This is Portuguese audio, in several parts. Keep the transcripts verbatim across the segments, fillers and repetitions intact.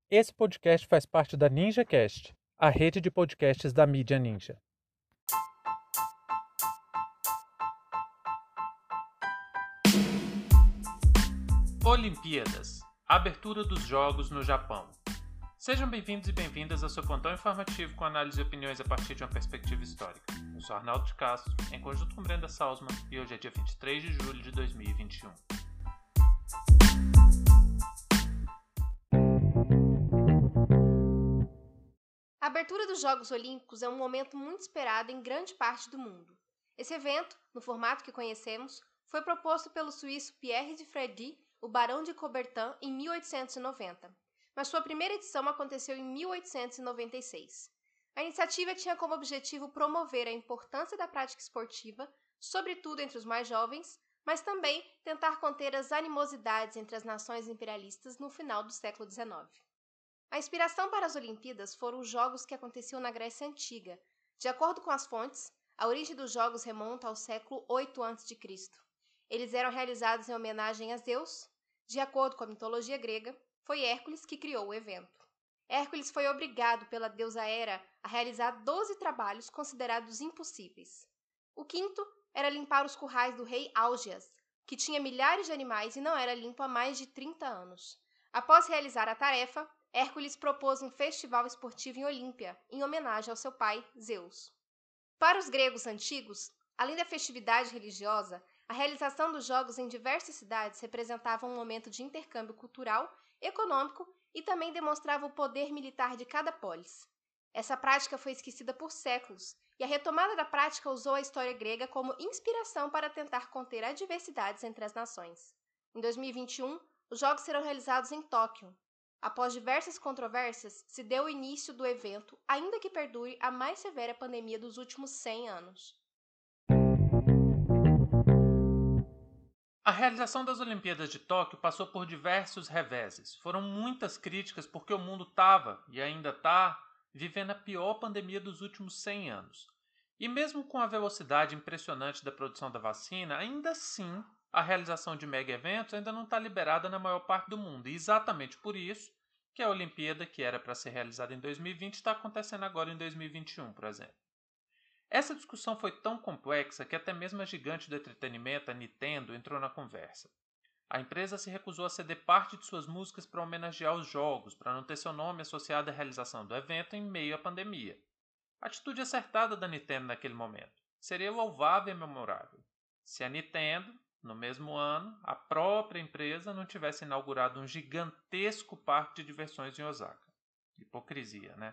Esse podcast faz parte da NinjaCast, a rede de podcasts da mídia Ninja. Olimpíadas – abertura dos Jogos no Japão. Sejam bem-vindos e bem-vindas ao seu plantão informativo com análise e opiniões a partir de uma perspectiva histórica. Eu sou Arnaldo de Castro, em conjunto com Brenda Salzman, e hoje é dia vinte e três de julho de dois mil e vinte e um. A abertura dos Jogos Olímpicos é um momento muito esperado em grande parte do mundo. Esse evento, no formato que conhecemos, foi proposto pelo suíço Pierre de Freddy, o Barão de Coubertin, em mil oitocentos e noventa, mas sua primeira edição aconteceu em mil oitocentos e noventa e seis. A iniciativa tinha como objetivo promover a importância da prática esportiva, sobretudo entre os mais jovens, mas também tentar conter as animosidades entre as nações imperialistas no final do século dezenove. A inspiração para as Olimpíadas foram os jogos que aconteciam na Grécia Antiga. De acordo com as fontes, a origem dos jogos remonta ao século oito antes de Cristo. Eles eram realizados em homenagem a Zeus. De acordo com a mitologia grega, foi Hércules que criou o evento. Hércules foi obrigado pela deusa Hera a realizar doze trabalhos considerados impossíveis. O quinto era limpar os currais do rei Augeas, que tinha milhares de animais e não era limpo há mais de trinta anos. Após realizar a tarefa, Hércules propôs um festival esportivo em Olímpia, em homenagem ao seu pai, Zeus. Para os gregos antigos, além da festividade religiosa, a realização dos jogos em diversas cidades representava um momento de intercâmbio cultural, econômico e também demonstrava o poder militar de cada polis. Essa prática foi esquecida por séculos, e a retomada da prática usou a história grega como inspiração para tentar conter adversidades entre as nações. Em dois mil e vinte e um, os jogos serão realizados em Tóquio. Após diversas controvérsias, se deu o início do evento, ainda que perdure a mais severa pandemia dos últimos cem anos. A realização das Olimpíadas de Tóquio passou por diversos reveses. Foram muitas críticas porque o mundo estava, e ainda está, vivendo a pior pandemia dos últimos cem anos. E mesmo com a velocidade impressionante da produção da vacina, ainda assim, a realização de mega eventos ainda não está liberada na maior parte do mundo. E exatamente por isso que a Olimpíada, que era para ser realizada em dois mil e vinte, está acontecendo agora em dois mil e vinte e um, por exemplo. Essa discussão foi tão complexa que até mesmo a gigante do entretenimento, a Nintendo, entrou na conversa. A empresa se recusou a ceder parte de suas músicas para homenagear os jogos, para não ter seu nome associado à realização do evento em meio à pandemia. Atitude acertada da Nintendo naquele momento. Seria louvável e memorável se a Nintendo, no mesmo ano, a própria empresa não tivesse inaugurado um gigantesco parque de diversões em Osaka. Hipocrisia, né?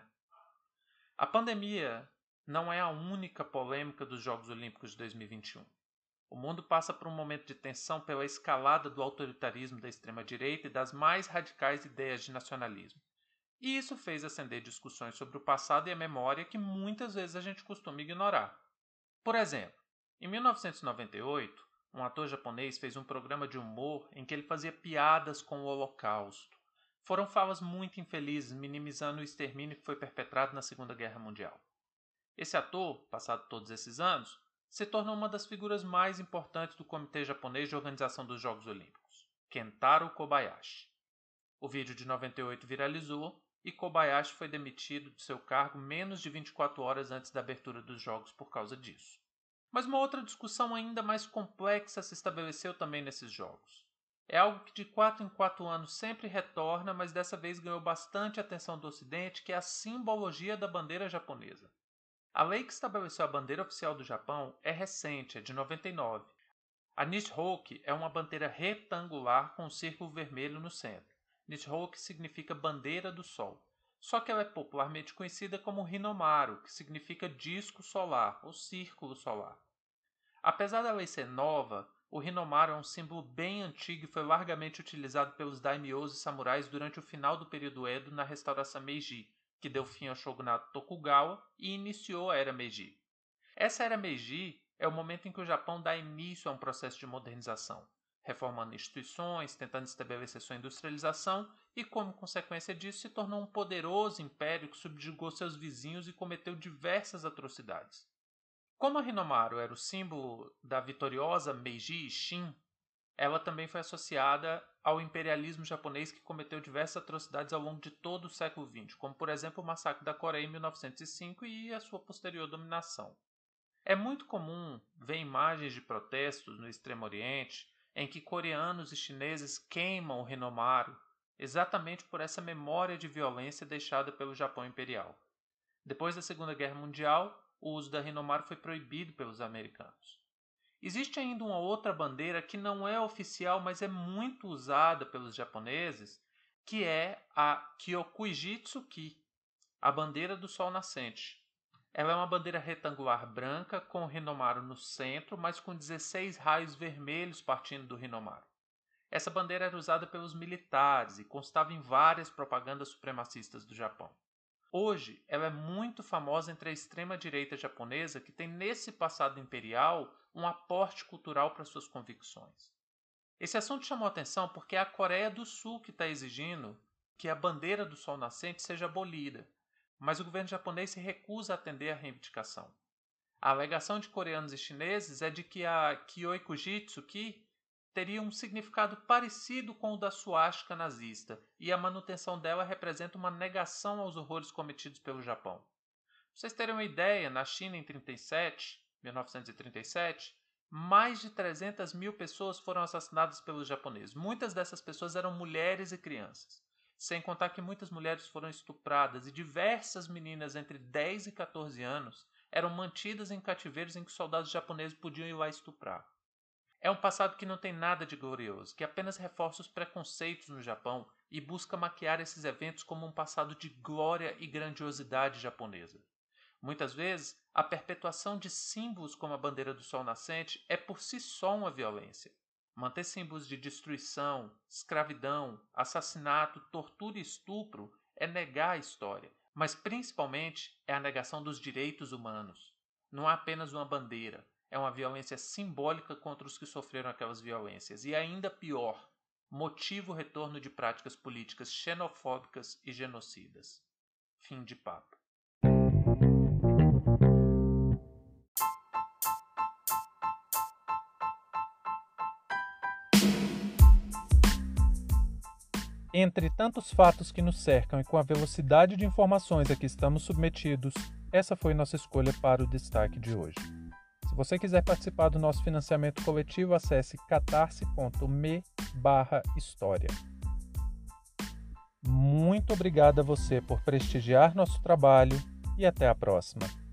A pandemia não é a única polêmica dos Jogos Olímpicos de dois mil e vinte e um. O mundo passa por um momento de tensão pela escalada do autoritarismo da extrema-direita e das mais radicais ideias de nacionalismo. E isso fez acender discussões sobre o passado e a memória que muitas vezes a gente costuma ignorar. Por exemplo, em mil novecentos e noventa e oito, um ator japonês fez um programa de humor em que ele fazia piadas com o Holocausto. Foram falas muito infelizes, minimizando o extermínio que foi perpetrado na Segunda Guerra Mundial. Esse ator, passado todos esses anos, se tornou uma das figuras mais importantes do Comitê Japonês de Organização dos Jogos Olímpicos, Kentaro Kobayashi. O vídeo de noventa e oito viralizou e Kobayashi foi demitido de seu cargo menos de vinte e quatro horas antes da abertura dos Jogos por causa disso. Mas uma outra discussão ainda mais complexa se estabeleceu também nesses Jogos. É algo que de quatro em quatro anos sempre retorna, mas dessa vez ganhou bastante atenção do Ocidente, que é a simbologia da bandeira japonesa. A lei que estabeleceu a bandeira oficial do Japão é recente, é de noventa e nove. A Nishouki é uma bandeira retangular com um círculo vermelho no centro. Nishouki significa bandeira do sol. Só que ela é popularmente conhecida como Hinomaru, que significa disco solar ou círculo solar. Apesar da lei ser nova, o Hinomaru é um símbolo bem antigo e foi largamente utilizado pelos daimyos e samurais durante o final do período Edo na restauração Meiji, que deu fim ao shogunato Tokugawa e iniciou a Era Meiji. Essa Era Meiji é o momento em que o Japão dá início a um processo de modernização, reformando instituições, tentando estabelecer sua industrialização e, como consequência disso, se tornou um poderoso império que subjugou seus vizinhos e cometeu diversas atrocidades. Como a Hinomaru era o símbolo da vitoriosa Meiji Shin, Ela também foi associada ao imperialismo japonês, que cometeu diversas atrocidades ao longo de todo o século vinte, como por exemplo o massacre da Coreia em mil novecentos e cinco e a sua posterior dominação. É muito comum ver imagens de protestos no Extremo Oriente em que coreanos e chineses queimam o Hinomaru, exatamente por essa memória de violência deixada pelo Japão imperial. Depois da Segunda Guerra Mundial, o uso da Hinomaru foi proibido pelos americanos. Existe ainda uma outra bandeira que não é oficial, mas é muito usada pelos japoneses, que é a Kyokuijitsuki, a bandeira do sol nascente. Ela é uma bandeira retangular branca com o Hinomaru no centro, mas com dezesseis raios vermelhos partindo do Hinomaru. Essa bandeira era usada pelos militares e constava em várias propagandas supremacistas do Japão. Hoje, ela é muito famosa entre a extrema-direita japonesa, que tem nesse passado imperial um aporte cultural para suas convicções. Esse assunto chamou atenção porque é a Coreia do Sul que está exigindo que a bandeira do sol nascente seja abolida, mas o governo japonês se recusa a atender à reivindicação. A alegação de coreanos e chineses é de que a Kyoikujitsuki teria um significado parecido com o da suástica nazista, e a manutenção dela representa uma negação aos horrores cometidos pelo Japão. Para vocês terem uma ideia, na China em trinta e sete, mil novecentos e trinta e sete, mais de trezentas mil pessoas foram assassinadas pelos japoneses. Muitas dessas pessoas eram mulheres e crianças, sem contar que muitas mulheres foram estupradas e diversas meninas entre dez e quatorze anos eram mantidas em cativeiros em que soldados japoneses podiam ir lá estuprar. É um passado que não tem nada de glorioso, que apenas reforça os preconceitos no Japão e busca maquiar esses eventos como um passado de glória e grandiosidade japonesa. Muitas vezes, a perpetuação de símbolos como a bandeira do sol nascente é por si só uma violência. Manter símbolos de destruição, escravidão, assassinato, tortura e estupro é negar a história, mas principalmente é a negação dos direitos humanos. Não há apenas uma bandeira. É uma violência simbólica contra os que sofreram aquelas violências. E ainda pior, motiva o retorno de práticas políticas xenofóbicas e genocidas. Fim de papo. Entre tantos fatos que nos cercam e com a velocidade de informações a que estamos submetidos, essa foi nossa escolha para o destaque de hoje. Se você quiser participar do nosso financiamento coletivo, acesse catarse ponto me barra história. Muito obrigado a você por prestigiar nosso trabalho e até a próxima.